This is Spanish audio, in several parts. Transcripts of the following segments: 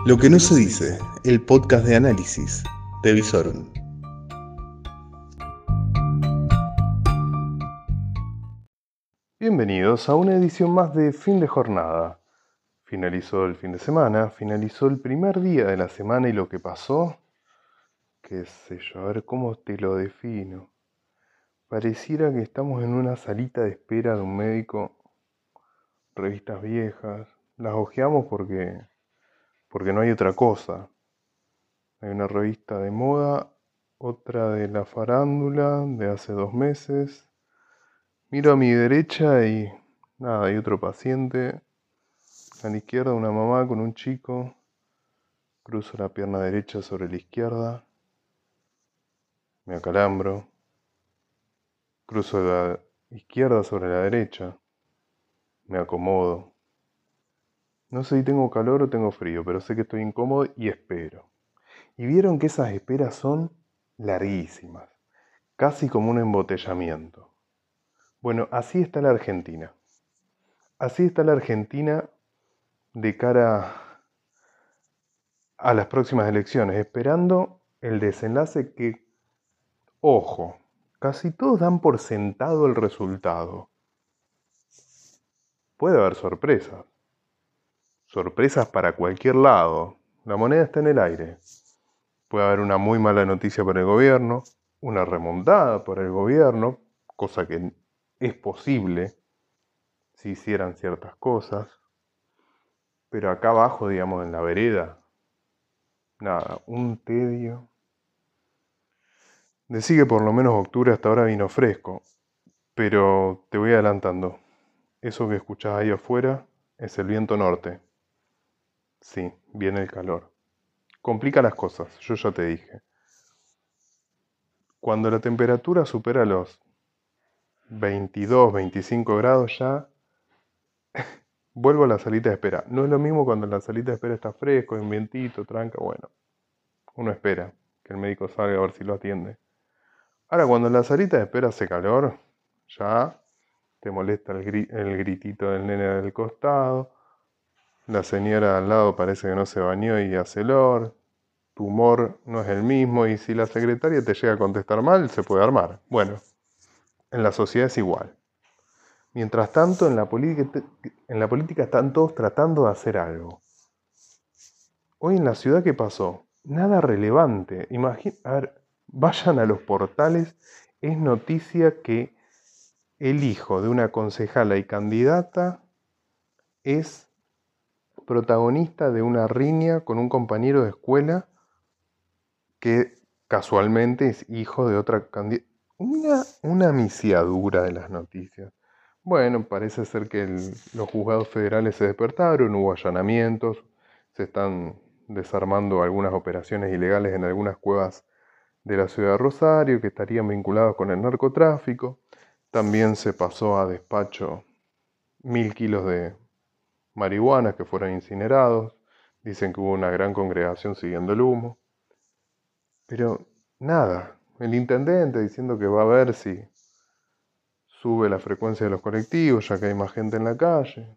Lo que no se dice, el podcast de análisis de Visorum. Bienvenidos a una edición más de Fin de Jornada. Finalizó el fin de semana, finalizó el primer día de la semana y lo que pasó, qué sé yo, a ver cómo te lo defino. Pareciera que estamos en una salita de espera de un médico, revistas viejas, las hojeamos porque no hay otra cosa. Hay una revista de moda, otra de la farándula de hace 2 meses. Miro a mi derecha y nada, hay otro paciente. A la izquierda una mamá con un chico. Cruzo la pierna derecha sobre la izquierda. Me acalambro. Cruzo la izquierda sobre la derecha. Me acomodo. No sé si tengo calor o tengo frío, pero sé que estoy incómodo y espero. Y vieron que esas esperas son larguísimas, casi como un embotellamiento. Bueno, así está la Argentina. Así está la Argentina de cara a las próximas elecciones, esperando el desenlace que, ojo, casi todos dan por sentado el resultado. Puede haber sorpresas. Sorpresas para cualquier lado. La moneda está en el aire. Puede haber una muy mala noticia para el gobierno, una remontada para el gobierno, cosa que es posible si hicieran ciertas cosas. Pero acá abajo, digamos, en la vereda, nada, un tedio. Decí que por lo menos octubre hasta ahora vino fresco, pero te voy adelantando. Eso que escuchás ahí afuera es el viento norte. Sí, viene el calor. Complica las cosas, yo ya te dije. Cuando la temperatura supera los 22, 25 grados ya, vuelvo a la salita de espera. No es lo mismo cuando la salita de espera está fresco, hay un vientito, tranca, bueno. Uno espera que el médico salga a ver si lo atiende. Ahora, cuando la salita de espera hace calor, ya te molesta el gritito del nene del costado, la señora al lado parece que no se bañó y hace olor, tu humor no es el mismo y si la secretaria te llega a contestar mal, se puede armar. Bueno, en la sociedad es igual. Mientras tanto, en la política están todos tratando de hacer algo. Hoy en la ciudad, ¿qué pasó? Nada relevante. A ver, vayan a los portales. Es noticia que el hijo de una concejala y candidata es protagonista de una riña con un compañero de escuela que casualmente es hijo de otra candidata. Una misiadura de las noticias. Bueno, parece ser que los juzgados federales se despertaron, hubo allanamientos, se están desarmando algunas operaciones ilegales en algunas cuevas de la ciudad de Rosario que estarían vinculados con el narcotráfico. También se pasó a despacho 1.000 kilos de marihuana que fueron incinerados. Dicen que hubo una gran congregación siguiendo el humo. Pero nada, el intendente diciendo que va a ver si sube la frecuencia de los colectivos, ya que hay más gente en la calle.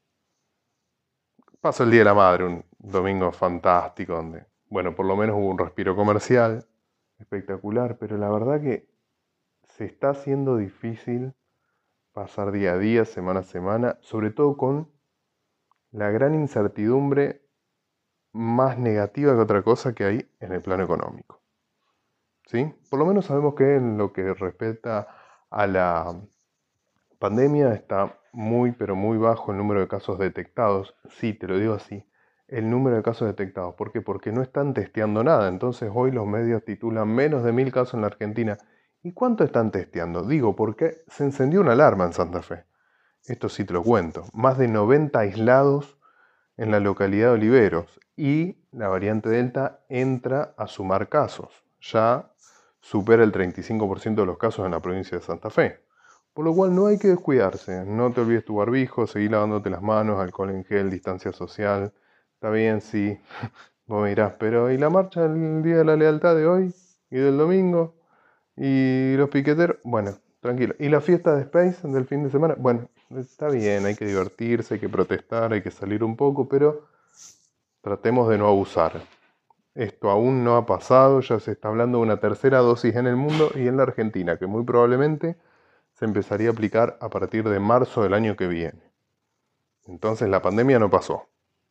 Pasó el Día de la Madre, un domingo fantástico, donde, bueno, por lo menos hubo un respiro comercial espectacular, pero la verdad que se está haciendo difícil pasar día a día, semana a semana, sobre todo con la gran incertidumbre más negativa que otra cosa que hay en el plano económico. ¿Sí? Por lo menos sabemos que en lo que respecta a la pandemia está muy, pero muy bajo el número de casos detectados. Sí, te lo digo así, el número de casos detectados. ¿Por qué? Porque no están testeando nada. Entonces hoy los medios titulan menos de 1.000 casos en la Argentina. ¿Y cuánto están testeando? Digo, porque se encendió una alarma en Santa Fe. Esto sí te lo cuento. Más de 90 aislados en la localidad de Oliveros. Y la variante Delta entra a sumar casos. Ya supera el 35% de los casos en la provincia de Santa Fe. Por lo cual no hay que descuidarse. No te olvides tu barbijo, seguí lavándote las manos, alcohol en gel, distancia social. Está bien, sí. Vos me dirás, pero ¿y la marcha del Día de la Lealtad de hoy? ¿Y del domingo? ¿Y los piqueteros? Bueno, tranquilo. ¿Y la fiesta de Space del fin de semana? Bueno, está bien, hay que divertirse, hay que protestar, hay que salir un poco, pero tratemos de no abusar. Esto aún no ha pasado, ya se está hablando de una tercera dosis en el mundo y en la Argentina, que muy probablemente se empezaría a aplicar a partir de marzo del año que viene. Entonces la pandemia no pasó.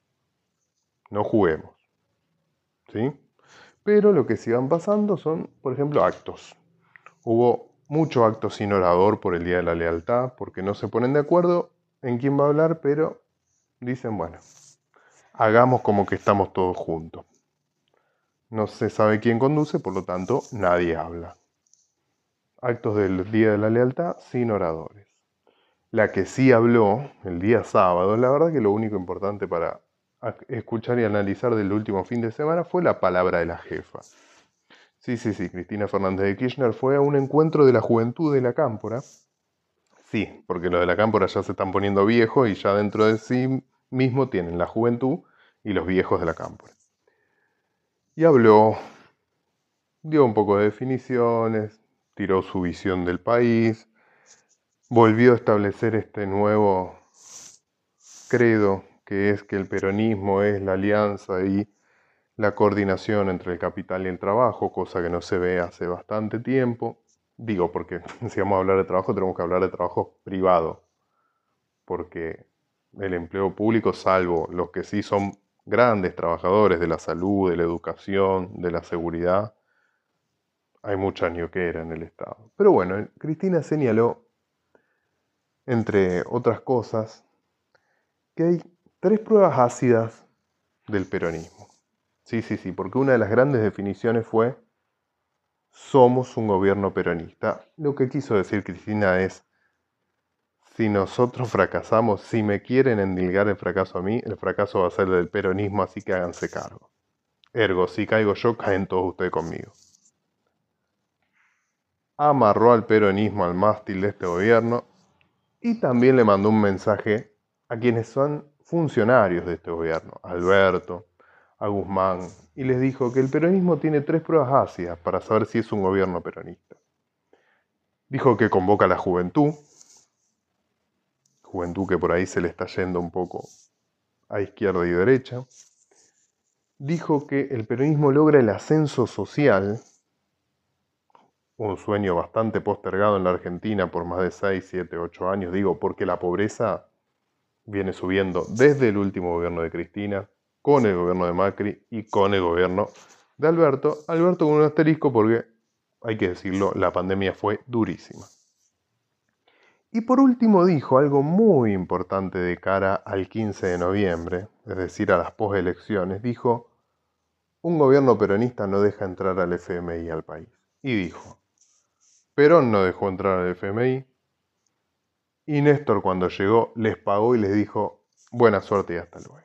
No juguemos. ¿Sí? Pero lo que sí van pasando son, por ejemplo, actos. Hubo mucho acto sin orador por el Día de la Lealtad, porque no se ponen de acuerdo en quién va a hablar, pero dicen, bueno, hagamos como que estamos todos juntos. No se sabe quién conduce, por lo tanto, nadie habla. Actos del Día de la Lealtad sin oradores. La que sí habló el día sábado, la verdad que lo único importante para escuchar y analizar del último fin de semana fue la palabra de la jefa. Sí, Cristina Fernández de Kirchner fue a un encuentro de la juventud de la Cámpora. Sí, porque los de la Cámpora ya se están poniendo viejos y ya dentro de sí mismo tienen la juventud y los viejos de la Cámpora. Y habló, dio un poco de definiciones, tiró su visión del país, volvió a establecer este nuevo credo que es que el peronismo es la alianza y la coordinación entre el capital y el trabajo, cosa que no se ve hace bastante tiempo. Digo, porque si vamos a hablar de trabajo, tenemos que hablar de trabajo privado, porque el empleo público, salvo los que sí son grandes trabajadores de la salud, de la educación, de la seguridad, hay mucha ñoquera en el Estado. Pero bueno, Cristina señaló, entre otras cosas, que hay 3 pruebas ácidas del peronismo. Sí, porque una de las grandes definiciones fue somos un gobierno peronista. Lo que quiso decir Cristina es, si nosotros fracasamos, si me quieren endilgar el fracaso a mí, el fracaso va a ser del peronismo, así que háganse cargo. Ergo, si caigo yo, caen todos ustedes conmigo. Amarró al peronismo al mástil de este gobierno y también le mandó un mensaje a quienes son funcionarios de este gobierno, a Alberto, a Guzmán, y les dijo que el peronismo tiene 3 pruebas ácidas para saber si es un gobierno peronista. Dijo que convoca a la juventud que por ahí se le está yendo un poco a izquierda y derecha. Dijo que el peronismo logra el ascenso social, un sueño bastante postergado en la Argentina por más de 6, 7, 8 años, digo, porque la pobreza viene subiendo desde el último gobierno de Cristina, con el gobierno de Macri y con el gobierno de Alberto. Alberto con un asterisco porque, hay que decirlo, la pandemia fue durísima. Y por último dijo algo muy importante de cara al 15 de noviembre, es decir, a las postelecciones, dijo, un gobierno peronista no deja entrar al FMI al país. Y dijo, Perón no dejó entrar al FMI, y Néstor cuando llegó les pagó y les dijo, buena suerte y hasta luego.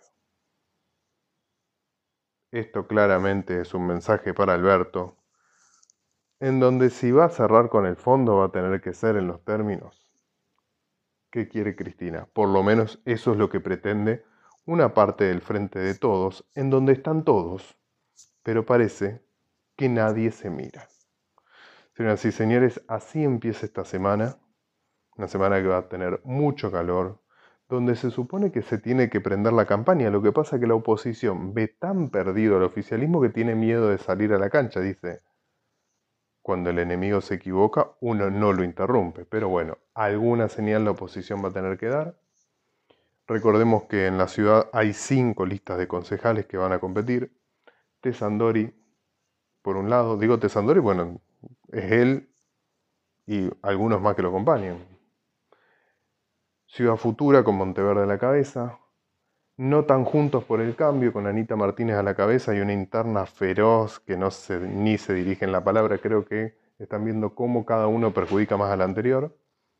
Esto claramente es un mensaje para Alberto, en donde si va a cerrar con el fondo va a tener que ser en los términos que quiere Cristina. Por lo menos eso es lo que pretende una parte del Frente de Todos, en donde están todos, pero parece que nadie se mira. Señoras y señores, así empieza esta semana, una semana que va a tener mucho calor, donde se supone que se tiene que prender la campaña. Lo que pasa es que la oposición ve tan perdido al oficialismo que tiene miedo de salir a la cancha. Dice, cuando el enemigo se equivoca, uno no lo interrumpe. Pero bueno, alguna señal la oposición va a tener que dar. Recordemos que en la ciudad hay 5 listas de concejales que van a competir. Tessandori, por un lado, digo Tessandori, bueno, es él y algunos más que lo acompañan. Ciudad Futura con Monteverde a la cabeza. No tan juntos por el cambio, con Anita Martínez a la cabeza y una interna feroz que ni se dirige en la palabra. Creo que están viendo cómo cada uno perjudica más al anterior.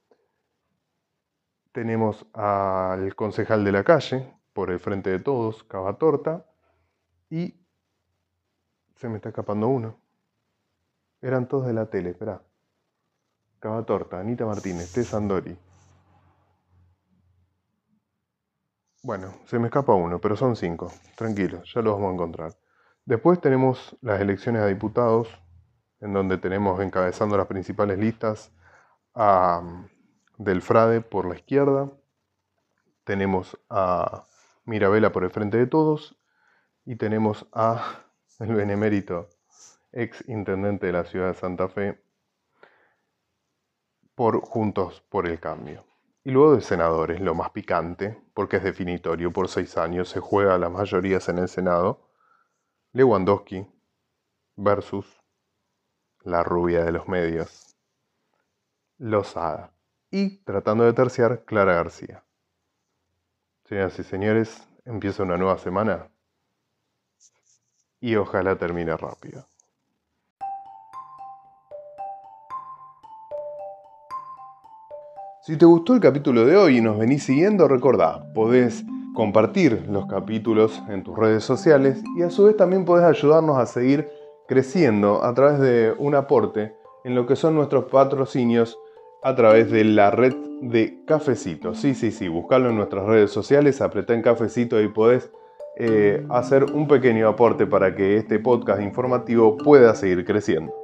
Tenemos al concejal de la calle, por el Frente de Todos, Cavatorta, y se me está escapando uno. Eran todos de la tele, esperá. Cavatorta, Anita Martínez, Tessandori. Bueno, se me escapa uno, pero son 5. Tranquilos, ya los vamos a encontrar. Después tenemos las elecciones a diputados, en donde tenemos encabezando las principales listas a Del Frade por la izquierda. Tenemos a Mirabella por el Frente de Todos Y tenemos a el benemérito ex intendente de la ciudad de Santa Fe por Juntos por el Cambio. Y luego de senadores, lo más picante, porque es definitorio, por 6 años se juega las mayorías en el Senado, Lewandowski versus la rubia de los medios, Lozada. Y tratando de terciar, Clara García. Señoras y señores, empieza una nueva semana y ojalá termine rápido. Si te gustó el capítulo de hoy y nos venís siguiendo, recordá, podés compartir los capítulos en tus redes sociales y a su vez también podés ayudarnos a seguir creciendo a través de un aporte en lo que son nuestros patrocinios a través de la red de Cafecito. Sí, buscalo en nuestras redes sociales, apretá en Cafecito y podés hacer un pequeño aporte para que este podcast informativo pueda seguir creciendo.